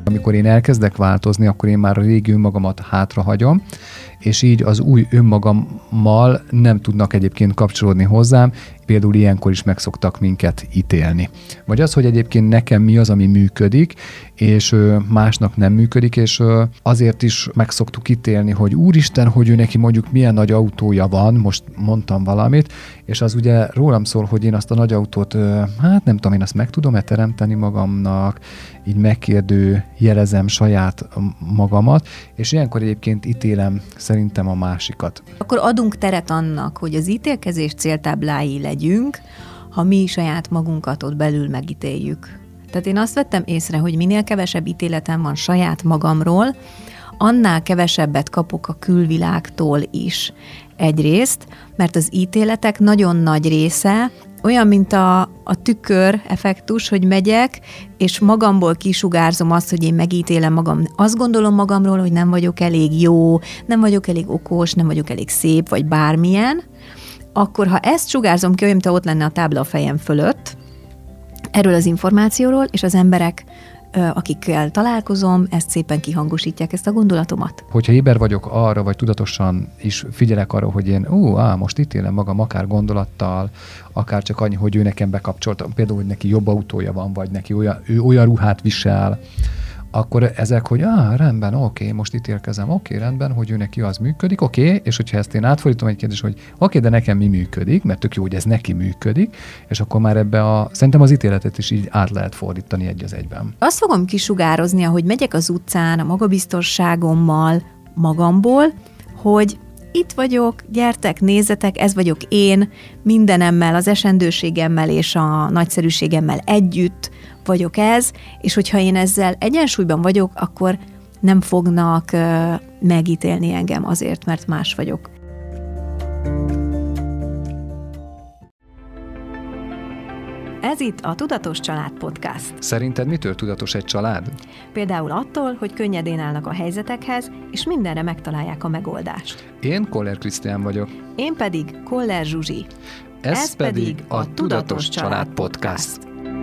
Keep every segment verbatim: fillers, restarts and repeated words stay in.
Amikor én elkezdek változni, akkor én már a régi önmagamat hátrahagyom, és így az új önmagammal nem tudnak egyébként kapcsolódni hozzám, például ilyenkor is meg szoktak minket ítélni. Vagy az, hogy egyébként nekem mi az, ami működik, és másnak nem működik, és azért is meg szoktuk ítélni, hogy úristen, hogy ő neki mondjuk milyen nagy autója van, most mondtam valamit, és az ugye rólam szól, hogy én azt a nagy autót, hát nem tudom, én azt meg tudom-e teremteni magamnak, így megkérdő jelezem saját magamat, és ilyenkor egyébként ítélem szerintem a másikat. Akkor adunk teret annak, hogy az ítélkezés céltáblái legyünk, ha mi saját magunkat ott belül megítéljük. Tehát én azt vettem észre, hogy minél kevesebb ítéletem van saját magamról, annál kevesebbet kapok a külvilágtól is. Egyrészt, mert az ítéletek nagyon nagy része olyan, mint a, a tükör effektus, hogy megyek, és magamból kisugárzom azt, hogy én megítélem magam. Azt gondolom magamról, hogy nem vagyok elég jó, nem vagyok elég okos, nem vagyok elég szép, vagy bármilyen, akkor ha ezt sugárzom ki, olyan, mint ott lenne a tábla a fejem fölött, erről az információról, és az emberek, akikkel találkozom, ezt szépen kihangosítják, ezt a gondolatomat. Hogyha éber vagyok arra, vagy tudatosan is figyelek arra, hogy én ú, á, most ítélem magam akár gondolattal, akár csak annyi, hogy ő nekem bekapcsolta, például, hogy neki jobb autója van, vagy neki olyan, ő olyan ruhát visel, akkor ezek, hogy á, rendben, oké, most ítélkezem, oké, rendben, hogy ő neki az működik, oké, és hogyha ezt én átfordítom egy kérdés, hogy oké, de nekem mi működik, mert tök jó, hogy ez neki működik, és akkor már ebbe a, szerintem az ítéletet is így át lehet fordítani egy az egyben. Azt fogom kisugározni, ahogy megyek az utcán, a magabiztosságommal, magamból, hogy itt vagyok, gyertek, nézzetek, ez vagyok én, mindenemmel, az esendőségemmel és a nagyszerűségemmel együtt vagyok ez, és hogyha én ezzel egyensúlyban vagyok, akkor nem fognak uh, megítélni engem azért, mert más vagyok. Ez itt a Tudatos Család Podcast. Szerinted mitől tudatos egy család? Például attól, hogy könnyedén állnak a helyzetekhez, és mindenre megtalálják a megoldást. Én Koller Krisztián vagyok. Én pedig Koller Zsuzsi. Ez, Ez pedig a Tudatos, Tudatos Család Podcast.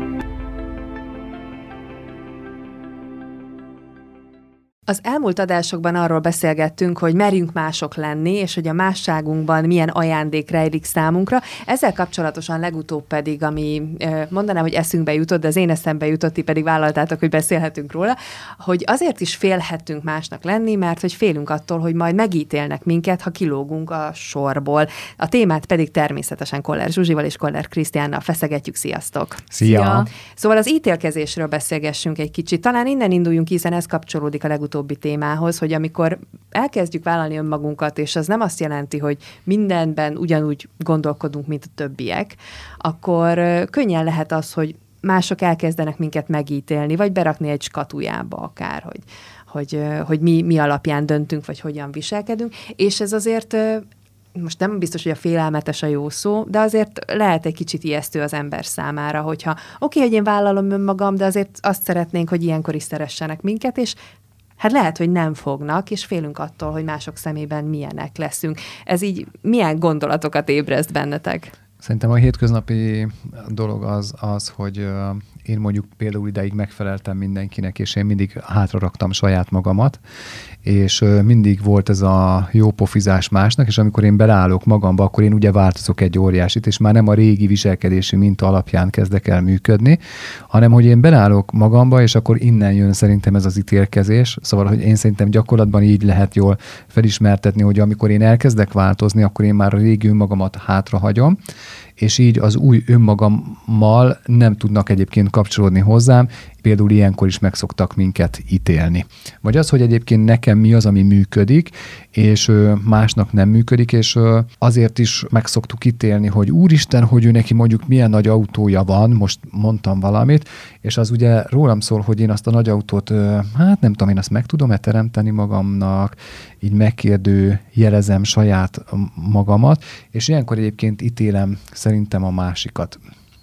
Az elmúlt adásokban arról beszélgettünk, hogy merjünk mások lenni, és hogy a másságunkban milyen ajándék rejlik számunkra. Ezzel kapcsolatosan legutóbb pedig, ami mondanám, hogy eszünkbe jutott, de az én eszembe jutott, ti pedig vállaltátok, hogy beszélhetünk róla, hogy azért is félhetünk másnak lenni, mert hogy félünk attól, hogy majd megítélnek minket, ha kilógunk a sorból. A témát pedig természetesen Koller Zsuzsival és Koller Krisztiánnal feszegetjük. Sziasztok! Szia! Szia! Szóval az ítélkezésről beszélgessünk egy kicsit. Talán innen induljunk, hiszen ez kapcsolódik a legutóbb utóbbi témához, hogy amikor elkezdjük vállalni önmagunkat, és az nem azt jelenti, hogy mindenben ugyanúgy gondolkodunk, mint a többiek, akkor könnyen lehet az, hogy mások elkezdenek minket megítélni, vagy berakni egy skatujába akár, hogy, hogy, hogy mi, mi alapján döntünk, vagy hogyan viselkedünk, és ez azért most nem biztos, hogy a félelmetes a jó szó, de azért lehet egy kicsit ijesztő az ember számára, hogyha oké, okay, hogy én vállalom önmagam, de azért azt szeretnénk, hogy ilyenkor is szeressenek minket, és hát lehet, hogy nem fognak, és félünk attól, hogy mások szemében milyenek leszünk. Ez így milyen gondolatokat ébreszt bennetek? Szerintem a hétköznapi dolog az, az hogy én mondjuk például ideig megfeleltem mindenkinek, és én mindig hátra raktam saját magamat, és mindig volt ez a jó pofizás másnak, és amikor én beleállok magamba, akkor én ugye változok egy óriásit, és már nem a régi viselkedési minta alapján kezdek el működni, hanem hogy én beleállok magamba, és akkor innen jön szerintem ez az ítélkezés. Szóval, hogy én szerintem gyakorlatban így lehet jól felismertetni, hogy amikor én elkezdek változni, akkor én már a régi önmagamat hátrahagyom, és így az új önmagammal nem tudnak egyébként kapcsolódni hozzám, például ilyenkor is meg szoktak minket ítélni. Vagy az, hogy egyébként nekem mi az, ami működik, és másnak nem működik, és azért is meg szoktuk ítélni, hogy úristen, hogy ő neki mondjuk milyen nagy autója van, most mondtam valamit, és az ugye rólam szól, hogy én azt a nagy autót, hát nem tudom, én azt meg tudom-e teremteni magamnak, így megkérdő jelezem saját magamat, és ilyenkor egyébként ítélem szerintem a másikat.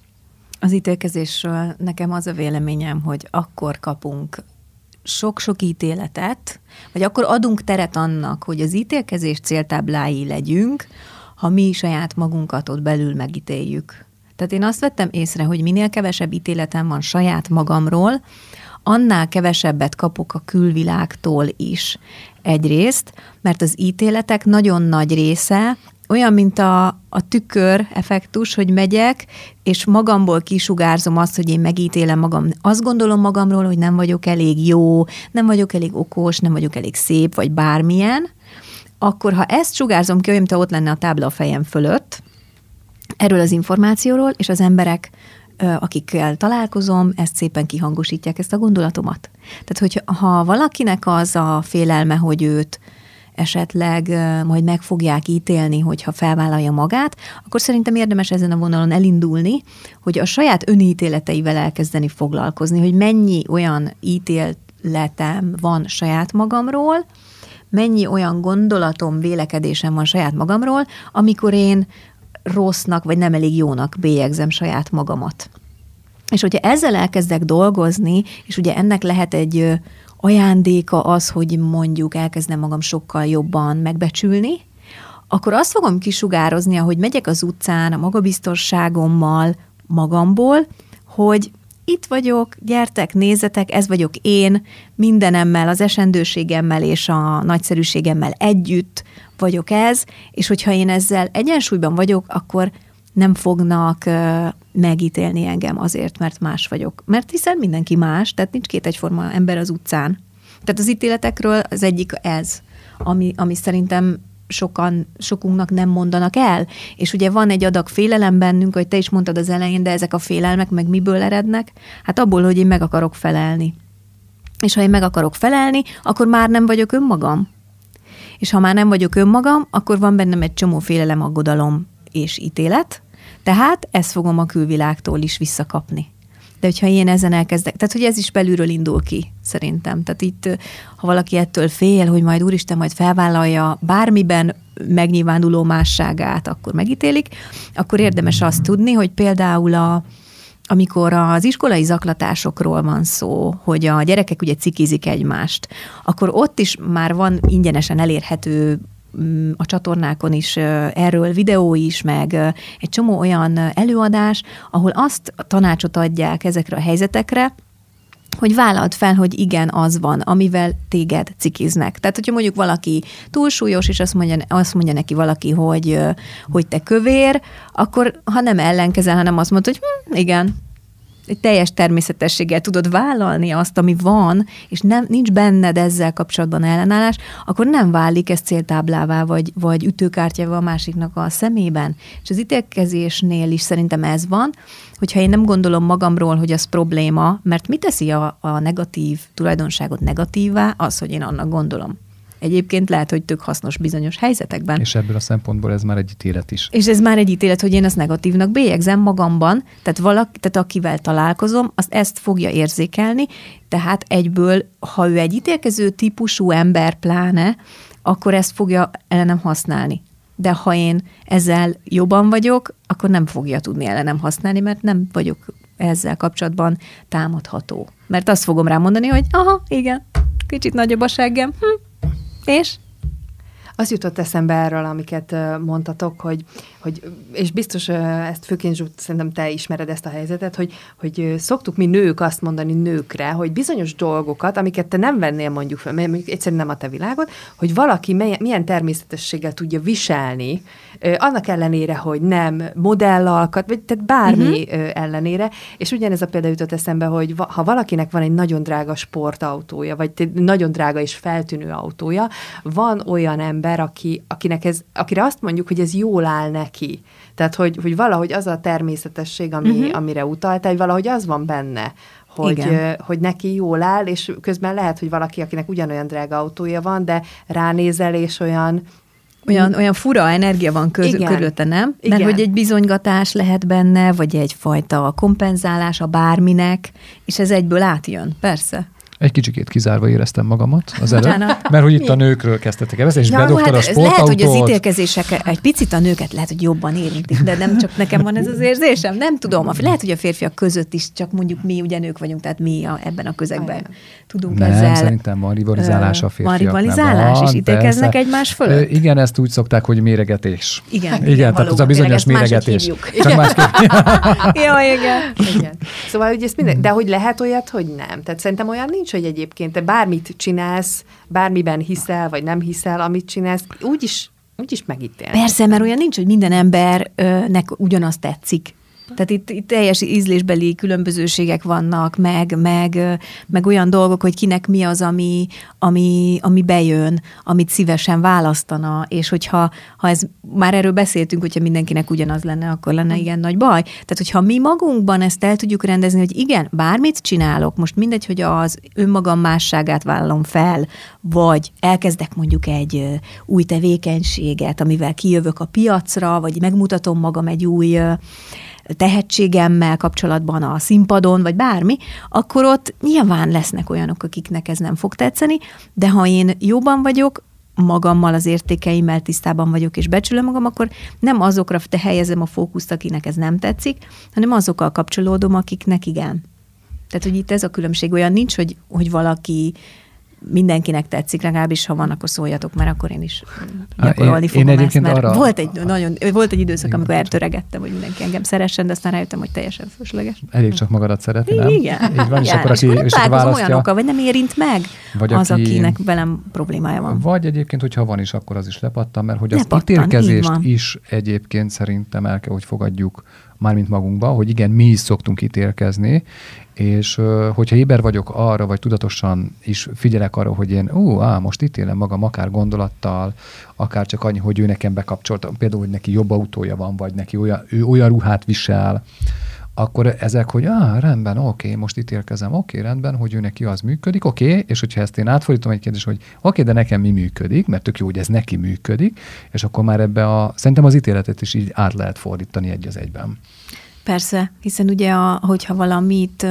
Az ítélkezésről nekem az a véleményem, hogy akkor kapunk sok-sok ítéletet, vagy akkor adunk teret annak, hogy az ítélkezés céltáblái legyünk, ha mi saját magunkat ott belül megítéljük. Tehát én azt vettem észre, hogy minél kevesebb ítéletem van saját magamról, annál kevesebbet kapok a külvilágtól is. Egyrészt, mert az ítéletek nagyon nagy része olyan, mint a, a tükör effektus, hogy megyek, és magamból kisugárzom azt, hogy én megítélem magam. Azt gondolom magamról, hogy nem vagyok elég jó, nem vagyok elég okos, nem vagyok elég szép, vagy bármilyen, akkor ha ezt sugárzom ki, olyan, mint ha ott lenne a tábla a fejem fölött, erről az információról, és az emberek, akikkel találkozom, ezt szépen kihangosítják, ezt a gondolatomat. Tehát, hogy ha valakinek az a félelme, hogy őt esetleg majd meg fogják ítélni, hogyha felvállalja magát, akkor szerintem érdemes ezen a vonalon elindulni, hogy a saját önítéleteivel elkezdeni foglalkozni, hogy mennyi olyan ítéletem van saját magamról, mennyi olyan gondolatom, vélekedésem van saját magamról, amikor én rossznak, vagy nem elég jónak bélyegzem saját magamat. És hogyha ezzel elkezdek dolgozni, és ugye ennek lehet egy ajándéka az, hogy mondjuk elkezdem magam sokkal jobban megbecsülni, akkor azt fogom kisugározni, ahogy megyek az utcán a magabiztosságommal, magamból, hogy itt vagyok, gyertek, nézzetek, ez vagyok én, mindenemmel, az esendőségemmel és a nagyszerűségemmel együtt vagyok ez, és hogyha én ezzel egyensúlyban vagyok, akkor nem fognak uh, megítélni engem azért, mert más vagyok. Mert hiszen mindenki más, tehát nincs két egyforma ember az utcán. Tehát az ítéletekről az egyik ez, ami, ami szerintem sokan, sokunknak nem mondanak el. És ugye van egy adag félelem bennünk, hogy te is mondtad az elején, de ezek a félelmek meg miből erednek? Hát abból, hogy én meg akarok felelni. És ha én meg akarok felelni, akkor már nem vagyok önmagam. És ha már nem vagyok önmagam, akkor van bennem egy csomó félelem, aggodalom és ítélet, tehát ezt fogom a külvilágtól is visszakapni. De hogyha én ezen elkezdek, tehát hogy ez is belülről indul ki, szerintem. Tehát itt, ha valaki ettől fél, hogy majd úristen majd felvállalja bármiben megnyilvánuló másságát, akkor megítélik, akkor érdemes azt tudni, hogy például a, amikor az iskolai zaklatásokról van szó, hogy a gyerekek ugye cikizik egymást, akkor ott is már van ingyenesen elérhető a csatornákon is erről videó is, meg egy csomó olyan előadás, ahol azt a tanácsot adják ezekre a helyzetekre, hogy vállald fel, hogy igen, az van, amivel téged cikiznek. Tehát, hogyha mondjuk valaki túlsúlyos, és azt mondja, azt mondja neki valaki, hogy, hogy te kövér, akkor ha nem ellenkezel, hanem azt mondod, hogy hm, igen, egy teljes természetességgel tudod vállalni azt, ami van, és nem, nincs benned ezzel kapcsolatban ellenállás, akkor nem válik ez céltáblává, vagy, vagy ütőkártyával a másiknak a szemében. És az ítélkezésnél is szerintem ez van, hogyha én nem gondolom magamról, hogy az probléma, mert mi teszi a, a negatív tulajdonságot negatívvá, az, hogy én annak gondolom. Egyébként lehet, hogy tök hasznos bizonyos helyzetekben. És ebből a szempontból ez már egy ítélet is. És ez már egy ítélet, hogy én ezt negatívnak bélyegzem magamban, tehát, valaki, tehát akivel találkozom, az ezt fogja érzékelni, tehát egyből, ha ő egy ítélkező típusú ember pláne, akkor ezt fogja ellenem használni. De ha én ezzel jobban vagyok, akkor nem fogja tudni ellenem használni, mert nem vagyok ezzel kapcsolatban támadható. Mert azt fogom rá mondani, hogy aha, igen, kicsit nagyobb a seggem, hm. És? Az jutott eszembe erről, amiket mondtatok, hogy, hogy és biztos ezt főként Zsút, szerintem te ismered ezt a helyzetet, hogy, hogy szoktuk mi nők azt mondani nőkre, hogy bizonyos dolgokat, amiket te nem vennél mondjuk fel, mert mondjuk egyszerűen nem a te világod, hogy valaki milyen természetességgel tudja viselni, annak ellenére, hogy nem modellalkat, vagy tehát bármi uh-huh. ellenére, és ugyanez a példa jutott eszembe, hogy ha valakinek van egy nagyon drága sportautója, vagy nagyon drága és feltűnő autója, van olyan ember, aki, akinek ez, akire azt mondjuk, hogy ez jól áll neki. Tehát, hogy, hogy valahogy az a természetesség, ami, uh-huh. amire utaltál, hogy valahogy az van benne, hogy, hogy neki jól áll, és közben lehet, hogy valaki, akinek ugyanolyan drága autója van, de ránézel, és olyan Olyan, olyan fura energia van köz, körülötte, nem? Igen. Mert hogy egy bizonygatás lehet benne, vagy egyfajta kompenzálás a bárminek, és ez egyből átjön, persze. Egy kicsikét kizárva éreztem magamat az előtt, mert hogy itt a nőkről kezdtetek el beszélni, és ja, bedobtad hát a sportautót. Lehet, hogy az ítélkezések egy picit a nőket lehet, hogy jobban érintik, de nem csak nekem van ez az érzésem, nem tudom. Lehet, hogy a férfiak között is csak mondjuk mi ugye nők vagyunk, tehát mi a, ebben a közegben Aján. tudunk nem, ezzel. szerintem van rivalizálás a férfiaknak. Van rivalizálás, van, és ítélkeznek persze. egymás fölött? Ö, igen, ezt úgy szokták, hogy méregetés. Igen, igen, igen tehát az a bizonyos méregetés. Csak másképp. Jó, igen. igen. Szóval, hogy ezt minden, de hogy lehet olyat, hogy nem. Tehát szerintem olyan nincs, hogy egyébként te bármit csinálsz, bármiben hiszel, vagy nem hiszel, amit csinálsz, úgyis, úgyis megítélnek. Persze, mert olyan nincs, hogy minden embernek ugyanaz tetszik. Tehát itt, itt teljes ízlésbeli különbözőségek vannak, meg, meg, meg olyan dolgok, hogy kinek mi az, ami, ami, ami bejön, amit szívesen választana, és hogyha ha ez, már erről beszéltünk, hogyha mindenkinek ugyanaz lenne, akkor lenne igen nagy baj. Tehát, hogyha mi magunkban ezt el tudjuk rendezni, hogy igen, bármit csinálok, most mindegy, hogy az önmagam másságát vállalom fel, vagy elkezdek mondjuk egy új tevékenységet, amivel kijövök a piacra, vagy megmutatom magam egy új tehetségemmel kapcsolatban a színpadon, vagy bármi, akkor ott nyilván lesznek olyanok, akiknek ez nem fog tetszeni, de ha én jóban vagyok, magammal, az értékeimmel tisztában vagyok, és becsülöm magam, akkor nem azokra te helyezem a fókuszt, akinek ez nem tetszik, hanem azokkal kapcsolódom, akiknek igen. Tehát, hogy itt ez a különbség olyan nincs, hogy, hogy valaki mindenkinek tetszik, legalábbis ha van, akkor szóljatok, mert akkor én is gyakorolni én, fogom én ezt, mert arra... volt, egy, nagyon, volt egy időszak, amikor eltöregettem, hogy mindenki engem szeressen, de aztán rájöttem, hogy teljesen fölösleges. Elég csak magadat szeretni, nem? Igen. Így van, és igen. akkor, aki, és akkor választja... olyanokkal, vagy nem érint meg vagy az, aki... akinek velem problémája van. Vagy egyébként, hogyha van is, akkor az is lepattan, mert hogy lepattan, az ítélkezést is egyébként szerintem el kell, hogy fogadjuk mármint magunkba, hogy igen, mi is szoktunk ítélkezni, és hogyha éber vagyok arra, vagy tudatosan is figyelek arra, hogy én ú, á, most ítélem magam akár gondolattal, akár csak annyi, hogy ő nekem bekapcsolta, például, hogy neki jobb autója van, vagy neki olyan, ő olyan ruhát visel, akkor ezek, hogy á, rendben, oké, most ítélkezem, oké, rendben, hogy ő neki az működik, oké, és hogyha ezt én átfordítom egy kérdés, hogy oké, de nekem mi működik, mert tök jó, hogy ez neki működik, és akkor már ebbe a, szerintem az ítéletet is így át lehet fordítani egy az egyben. Persze, hiszen ugye, a, hogyha valamit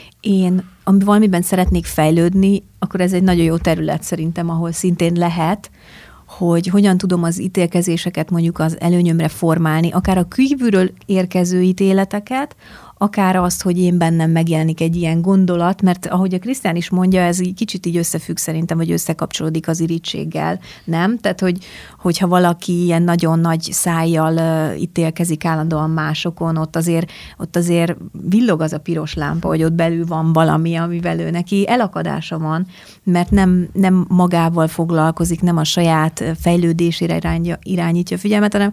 én, ami valamiben szeretnék fejlődni, akkor ez egy nagyon jó terület szerintem, ahol szintén lehet, hogy hogyan tudom az ítélkezéseket mondjuk az előnyömre formálni, akár a kívülről érkező ítéleteket, akár azt, hogy én bennem megjelenik egy ilyen gondolat, mert ahogy a Krisztián is mondja, ez így kicsit így összefügg szerintem, vagy összekapcsolódik az irítséggel, nem? Tehát, hogy, hogyha valaki ilyen nagyon nagy szájjal uh, ítélkezik állandóan másokon, ott azért, ott azért villog az a piros lámpa, hogy ott belül van valami, amivel ő neki elakadása van, mert nem, nem magával foglalkozik, nem a saját fejlődésére irányja, irányítja a figyelmet, hanem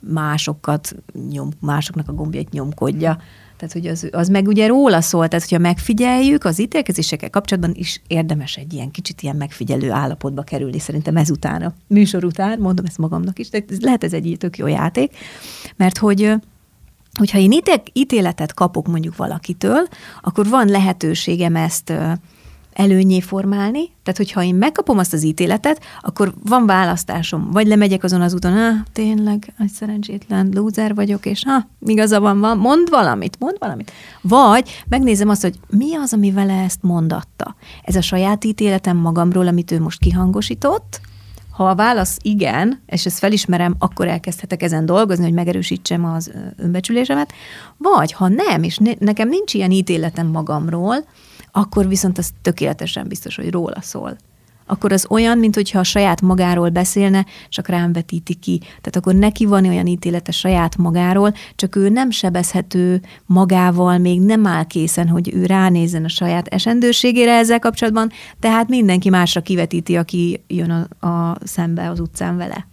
másokat nyom, másoknak a gombjait nyomkodja. Tehát, hogy az, az meg ugye róla szól, tehát, hogyha megfigyeljük, az ítélkezésekkel kapcsolatban is érdemes egy ilyen kicsit ilyen megfigyelő állapotba kerülni, szerintem ezután, a műsor után, mondom ezt magamnak is, tehát lehet ez egy tök jó játék, mert hogy hogyha én ítéletet kapok mondjuk valakitől, akkor van lehetőségem ezt előnyé formálni, tehát hogyha én megkapom azt az ítéletet, akkor van választásom, vagy lemegyek azon az úton, ah, tényleg, egy szerencsétlen lúzer vagyok, és ha, igaza van, van, mond valamit, mond valamit. Vagy megnézem azt, hogy mi az, ami vele ezt mondatta. Ez a saját ítéletem magamról, amit ő most kihangosított. Ha a válasz igen, és ezt felismerem, akkor elkezdhetek ezen dolgozni, hogy megerősítsem az önbecsülésemet. Vagy ha nem, és ne, nekem nincs ilyen ítéletem magamról, akkor viszont az tökéletesen biztos, hogy róla szól. Akkor az olyan, mint hogyha a saját magáról beszélne, csak rám vetíti ki. Tehát akkor neki van olyan ítélete saját magáról, csak ő nem sebezhető magával, még nem áll készen, hogy ő ránézzen a saját esendőségére ezzel kapcsolatban, tehát mindenki másra kivetíti, aki jön a, a szembe az utcán vele.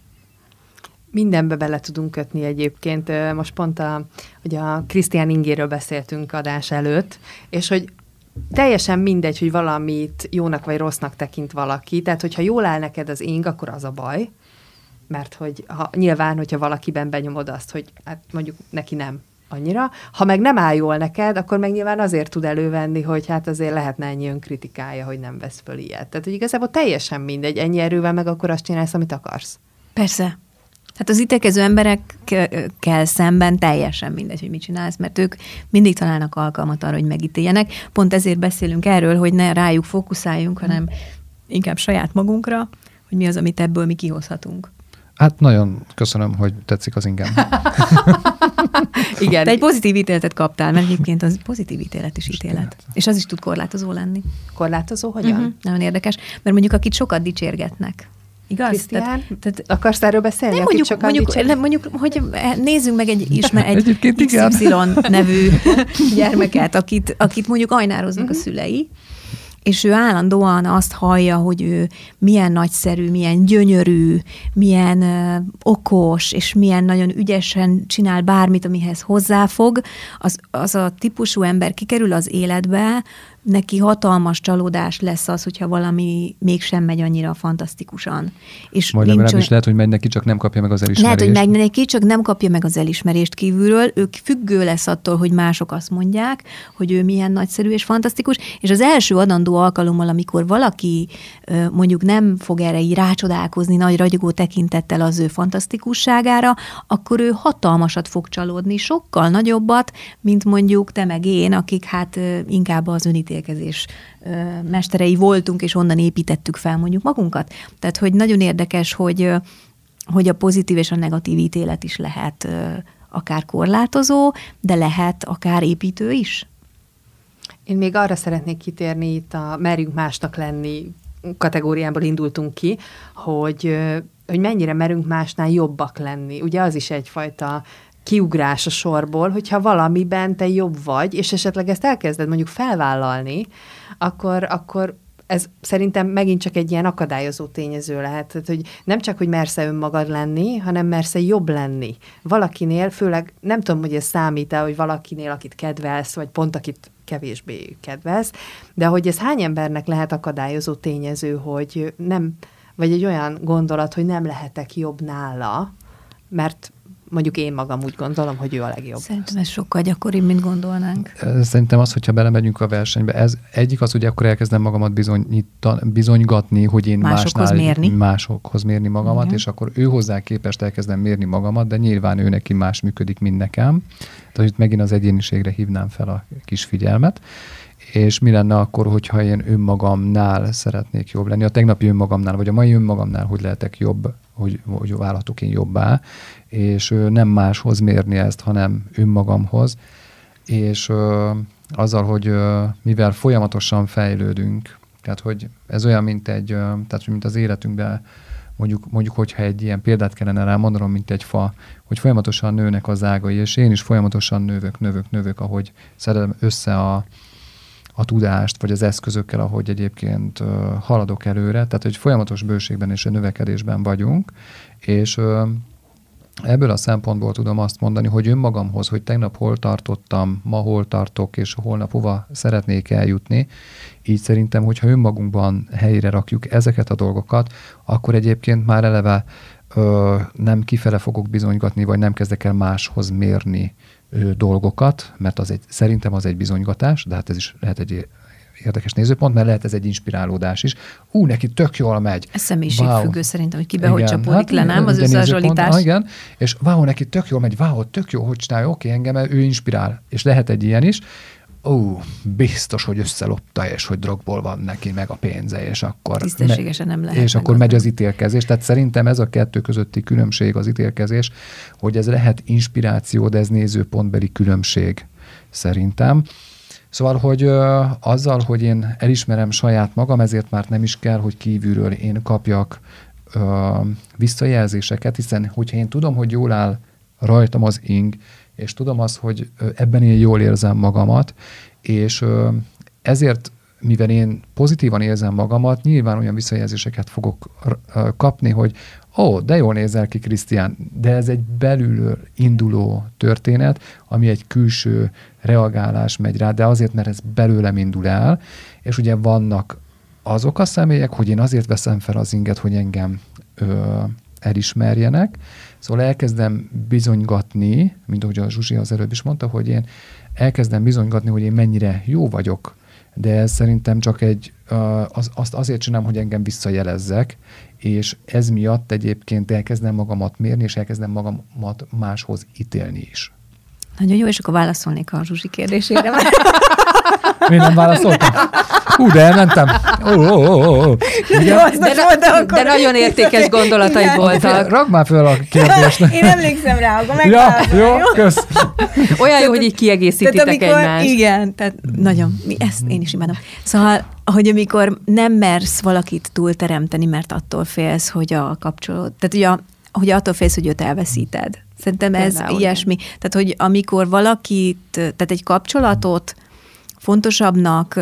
Mindenbe bele tudunk kötni egyébként. Most pont a, ugye a Krisztián ingéről beszéltünk adás előtt, és hogy teljesen mindegy, hogy valamit jónak vagy rossznak tekint valaki, tehát hogyha jól áll neked az ing, akkor az a baj, mert hogy ha, nyilván, hogyha valakiben benyomod azt, hogy hát mondjuk neki nem annyira, ha meg nem áll jól neked, akkor meg nyilván azért tud elővenni, hogy hát azért lehetne ennyi önkritikája, hogy nem vesz föl ilyet. Tehát, hogy igazából teljesen mindegy, ennyi erővel meg akkor azt csinálsz, amit akarsz. Persze. Hát az ítélkező emberekkel szemben teljesen mindegy, hogy mit csinálsz, mert ők mindig találnak alkalmat arra, hogy megítéljenek. Pont ezért beszélünk erről, hogy ne rájuk fókuszáljunk, hanem inkább saját magunkra, hogy mi az, amit ebből mi kihozhatunk. Hát nagyon köszönöm, hogy tetszik az ingem. Igen. Te egy pozitív ítéletet kaptál, mert egyébként az pozitív ítélet is ítélet. És az is tud korlátozó lenni. Korlátozó? Hogyan? Uh-huh. Nagyon érdekes, mert mondjuk akit sokat dicsérgetnek. Igaz? Krisztián, tehát, tehát akarsz erről beszélni? Nem, mondjuk, mondjuk, nem, mondjuk, hogy nézzünk meg egy, ismer, egy iksz ipszilon nevű gyermeket, akit, akit mondjuk ajnároznak uh-huh. a szülei, és ő állandóan azt hallja, hogy ő milyen nagyszerű, milyen gyönyörű, milyen ö, okos, és milyen nagyon ügyesen csinál bármit, amihez hozzáfog, az, az a típusú ember kikerül az életbe, neki hatalmas csalódás lesz az, hogyha valami mégsem megy annyira fantasztikusan. És majd legalábbis olyan... lehet, hogy megy neki, csak nem kapja meg az elismerést. Lehet, hogy megy neki, csak nem kapja meg az elismerést kívülről. Ők függő lesz attól, hogy mások azt mondják, hogy ő milyen nagyszerű és fantasztikus, és az első adandó alkalommal, amikor valaki mondjuk nem fog erre így rácsodálkozni nagy ragyogó tekintettel az ő fantasztikusságára, akkor ő hatalmasat fog csalódni, sokkal nagyobbat, mint mondjuk te meg én, akik hát inkább az önítélkezés mesterei voltunk, és onnan építettük fel mondjuk magunkat. Tehát, hogy nagyon érdekes, hogy, hogy a pozitív és a negatív ítélet is lehet akár korlátozó, de lehet akár építő is. Én még arra szeretnék kitérni, itt a merjünk másnak lenni kategóriából indultunk ki, hogy, hogy mennyire merünk másnál jobbak lenni. Ugye az is egyfajta kiugrás a sorból, hogyha valamiben te jobb vagy, és esetleg ezt elkezded mondjuk felvállalni, akkor, akkor ez szerintem megint csak egy ilyen akadályozó tényező lehet. Tehát, hogy nem csak, hogy mersz-e önmagad lenni, hanem mersz-e jobb lenni. Valakinél, főleg nem tudom, hogy ez számít-e, hogy valakinél, akit kedvelsz, vagy pont akit kevésbé kedvelsz, de hogy ez hány embernek lehet akadályozó tényező, hogy nem, vagy egy olyan gondolat, hogy nem lehetek jobb nála, mert mondjuk én magam úgy gondolom, hogy ő a legjobb. Szerintem ez sokkal gyakoribb, mint gondolnánk. Szerintem az, hogyha belemegyünk a versenybe, ez egyik az, hogy akkor elkezdem magamat bizonygatni, hogy én másokhoz másnál mérni. másokhoz mérni magamat, igen. És akkor ő hozzá képest elkezdem mérni magamat, de nyilván ő neki más működik, mint nekem. Tehát itt megint az egyéniségre hívnám fel a kis figyelmet. És mi lenne akkor, hogyha én önmagamnál szeretnék jobb lenni? A tegnapi önmagamnál, vagy a mai önmagamnál, hogy lehetek jobb, hogy, hogy válhatok én jobbá, és nem máshoz mérni ezt, hanem önmagamhoz, és ö, azzal, hogy ö, mivel folyamatosan fejlődünk, tehát hogy ez olyan, mint egy, ö, tehát mint az életünkben, mondjuk, mondjuk, hogyha egy ilyen példát kellene rá mondanom, mint egy fa, hogy folyamatosan nőnek az ágai, és én is folyamatosan növök, növök, növök, ahogy szedem össze a a tudást, vagy az eszközökkel, ahogy egyébként uh, haladok előre, tehát hogy folyamatos bőségben és a növekedésben vagyunk, és uh, ebből a szempontból tudom azt mondani, hogy önmagamhoz, hogy tegnap hol tartottam, ma hol tartok, és holnap hova szeretnék eljutni, így szerintem, hogyha önmagunkban helyre rakjuk ezeket a dolgokat, akkor egyébként már eleve uh, nem kifele fogok bizonygatni, vagy nem kezdek el máshoz mérni dolgokat, mert az egy, szerintem az egy bizonygatás, de hát ez is lehet egy érdekes nézőpont, mert lehet ez egy inspirálódás is. Ú, neki tök jól megy. Ez személyiségfüggő wow. Szerintem, hogy kibe hogy csapódik hát, le, nem? Az összehasonlítás. Igen, és wow, neki tök jól megy, wow, tök jó, hogy csinálja, oké, engem ő inspirál. És lehet egy ilyen is. Ó, biztos, hogy összelopta, és hogy drogból van neki meg a pénze, és akkor... Tisztességesen nem lehet. És akkor megy az ítélkezés. Tehát szerintem ez a kettő közötti különbség, az ítélkezés, hogy ez lehet inspiráció, de ez nézőpontbeli különbség szerintem. Szóval, hogy ö, azzal, hogy én elismerem saját magam, ezért már nem is kell, hogy kívülről én kapjak ö, visszajelzéseket, hiszen hogyha én tudom, hogy jól áll rajtam az ing, és tudom azt, hogy ebben én jól érzem magamat, és ezért, mivel én pozitívan érzem magamat, nyilván olyan visszajelzéseket fogok kapni, hogy ó, de jól nézel ki, Krisztián, de ez egy belülről induló történet, ami egy külső reagálás megy rá, de azért, mert ez belőlem indul el, és ugye vannak azok a személyek, hogy én azért veszem fel az inget, hogy engem ö, elismerjenek, szóval elkezdem bizonygatni, mint ahogy a Zsuzsi az előbb is mondta, hogy én elkezdem bizonygatni, hogy én mennyire jó vagyok de ez szerintem csak egy, az, azt azért csinálom, hogy engem visszajelezzek, és ez miatt egyébként elkezdem magamat mérni, és elkezdem magamat máshoz ítélni is. Nagyon jó, és akkor válaszolnék a Zsuzsi kérdésére. Én nem válaszoltam? Hú, de elmentem. Oh, oh, oh, oh. De, de, de nagyon értékes gondolatai igen. voltak. Rakd már föl a kérdést. Én emlékszem rá, akkor megválaszolom. Ja, jó, kösz. Olyan jó, hogy így kiegészítitek amikor, egymást. Igen, tehát nagyon, ezt én is imádom. Szóval, hogy amikor nem mersz valakit túlteremteni, mert attól félsz, hogy a kapcsolód, tehát ugye a hogy attól félsz, hogy őt elveszíted. Szerintem ez Például, ilyesmi. Igen. Tehát, hogy amikor valakit, tehát egy kapcsolatot fontosabbnak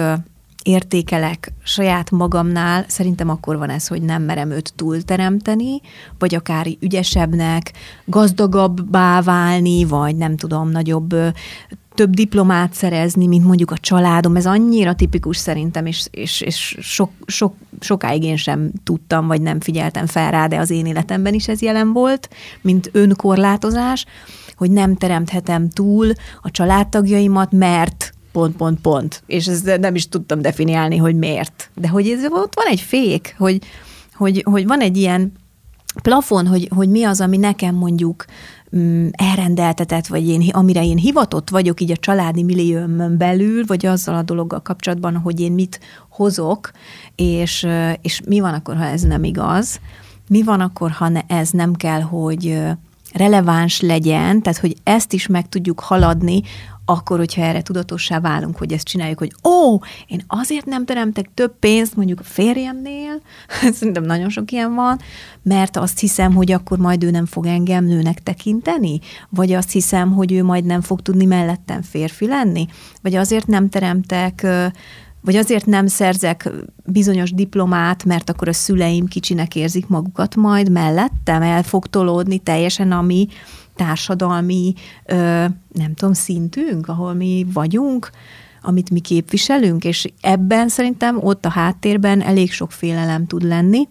értékelek saját magamnál, szerintem akkor van ez, hogy nem merem őt túlteremteni, vagy akár ügyesebbnek, gazdagabbá válni, vagy nem tudom, nagyobb, több diplomát szerezni, mint mondjuk a családom. Ez annyira tipikus szerintem, és, és, és sok, sok, sokáig én sem tudtam, vagy nem figyeltem fel rá, de az én életemben is ez jelen volt, mint önkorlátozás, hogy nem teremthetem túl a családtagjaimat, mert pont, pont, pont. És ezt nem is tudtam definiálni, hogy miért. De hogy ez, ott van egy fék, hogy, hogy, hogy van egy ilyen plafon, hogy, hogy mi az, ami nekem mondjuk mm, elrendeltetett, vagy én, amire én hivatott vagyok így a családi milliómön belül, vagy azzal a dologgal kapcsolatban, hogy én mit hozok, és, és mi van akkor, ha ez nem igaz? Mi van akkor, ha ne, ez nem kell, hogy releváns legyen, tehát hogy ezt is meg tudjuk haladni, akkor, hogyha erre tudatossá válunk, hogy ezt csináljuk, hogy ó, én azért nem teremtek több pénzt mondjuk a férjemnél, szerintem nagyon sok ilyen van, mert azt hiszem, hogy akkor majd ő nem fog engem nőnek tekinteni, vagy azt hiszem, hogy ő majd nem fog tudni mellettem férfi lenni, vagy azért nem teremtek, vagy azért nem szerzek bizonyos diplomát, mert akkor a szüleim kicsinek érzik magukat majd mellettem, el fog tolódni teljesen a mi társadalmi, ö, nem tudom, szintünk, ahol mi vagyunk, amit mi képviselünk, és ebben szerintem ott a háttérben elég sok félelem tud lenni,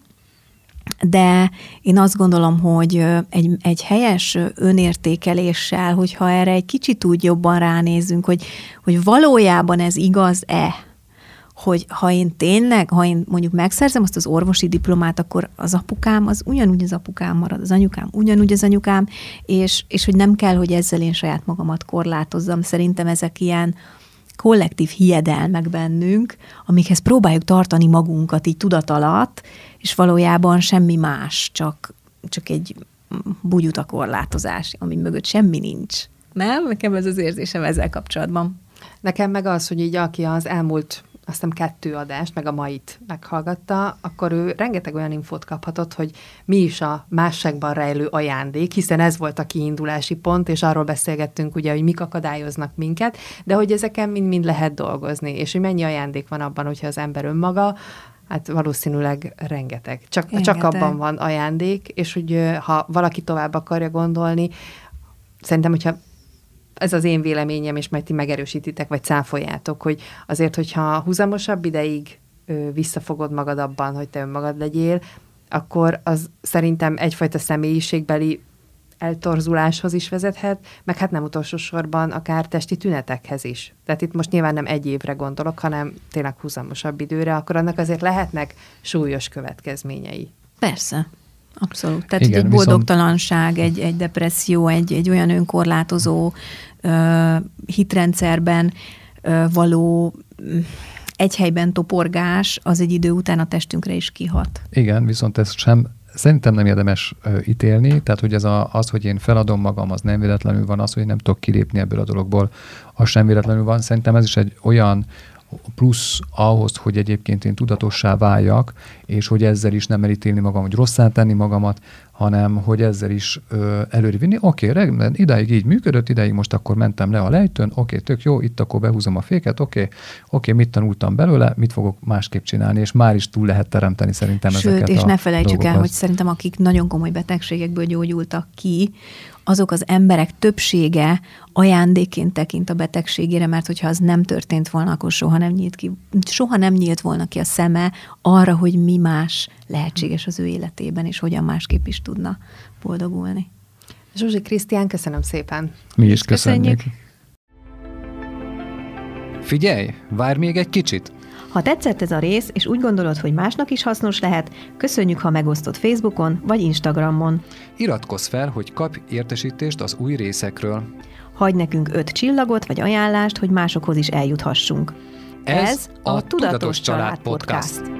de én azt gondolom, hogy egy, egy helyes önértékeléssel, hogyha erre egy kicsit úgy jobban ránézünk, hogy, hogy valójában ez igaz-e, hogy ha én tényleg, ha én mondjuk megszerzem azt az orvosi diplomát, akkor az apukám az ugyanúgy az apukám marad, az anyukám ugyanúgy az anyukám, és, és hogy nem kell, hogy ezzel én saját magamat korlátozzam. Szerintem ezek ilyen kollektív hiedelmek bennünk, amikhez próbáljuk tartani magunkat így tudat alatt, és valójában semmi más, csak, csak egy bugyuta korlátozás, ami mögött semmi nincs. Nem? Nekem ez az érzésem ezzel kapcsolatban. Nekem meg az, hogy így aki az elmúlt azt hiszem kettő adást, meg a mait meghallgatta, akkor ő rengeteg olyan infót kaphatott, hogy mi is a másságban rejlő ajándék, hiszen ez volt a kiindulási pont, és arról beszélgettünk ugye, hogy mik akadályoznak minket, de hogy ezeken mind-mind lehet dolgozni, és hogy mennyi ajándék van abban, hogyha az ember önmaga, hát valószínűleg rengeteg. Csak, rengeteg. Csak abban van ajándék, és hogy ha valaki tovább akarja gondolni, szerintem, hogyha ez az én véleményem, és majd ti megerősítitek, vagy cáfoljátok, hogy azért, hogyha húzamosabb ideig ö, visszafogod magad abban, hogy te önmagad legyél, akkor az szerintem egyfajta személyiségbeli eltorzuláshoz is vezethet, meg hát nem utolsó sorban akár testi tünetekhez is. Tehát itt most nyilván nem egy évre gondolok, hanem tényleg húzamosabb időre, akkor annak azért lehetnek súlyos következményei. Persze. Abszolút. Tehát igen, egy boldogtalanság, viszont... egy, egy depresszió, egy, egy olyan önkorlátozó uh, hitrendszerben uh, való uh, egy helyben toporgás, az egy idő után a testünkre is kihat. Igen, viszont ezt sem szerintem nem érdemes uh, ítélni, tehát hogy ez a, az, hogy én feladom magam, az nem véletlenül van, az, hogy nem tudok kilépni ebből a dologból, az sem véletlenül van. Szerintem ez is egy olyan plusz ahhoz, hogy egyébként én tudatossá váljak, és hogy ezzel is nem elítélni magam, hogy rosszá tenni magamat, hanem hogy ezzel is ö, előre vinni. Oké, okay, idáig így működött, idáig most akkor mentem le a lejtőn, oké, okay, tök jó, itt akkor behúzom a féket, oké, okay, oké, okay, mit tanultam belőle, mit fogok másképp csinálni, és már is túl lehet teremteni szerintem Sőt, ezeket a és ne felejtsük dolgokat. el, hogy szerintem akik nagyon komoly betegségekből gyógyultak ki, azok az emberek többsége ajándékként tekint a betegségére, mert hogyha az nem történt volna, akkor soha nem nyílt ki, soha nem nyílt volna ki a szeme arra, hogy mi más lehetséges az ő életében, és hogyan másképp is tudna boldogulni. Zsuzsi, Krisztián, köszönöm szépen. Mi is köszönjük. köszönjük. Figyelj, várj még egy kicsit! Ha tetszett ez a rész, és úgy gondolod, hogy másnak is hasznos lehet, köszönjük, ha megosztod Facebookon vagy Instagramon. Iratkozz fel, hogy kapj értesítést az új részekről. Hagyj nekünk öt csillagot vagy ajánlást, hogy másokhoz is eljuthassunk. Ez, Ez a Tudatos Család Podcast.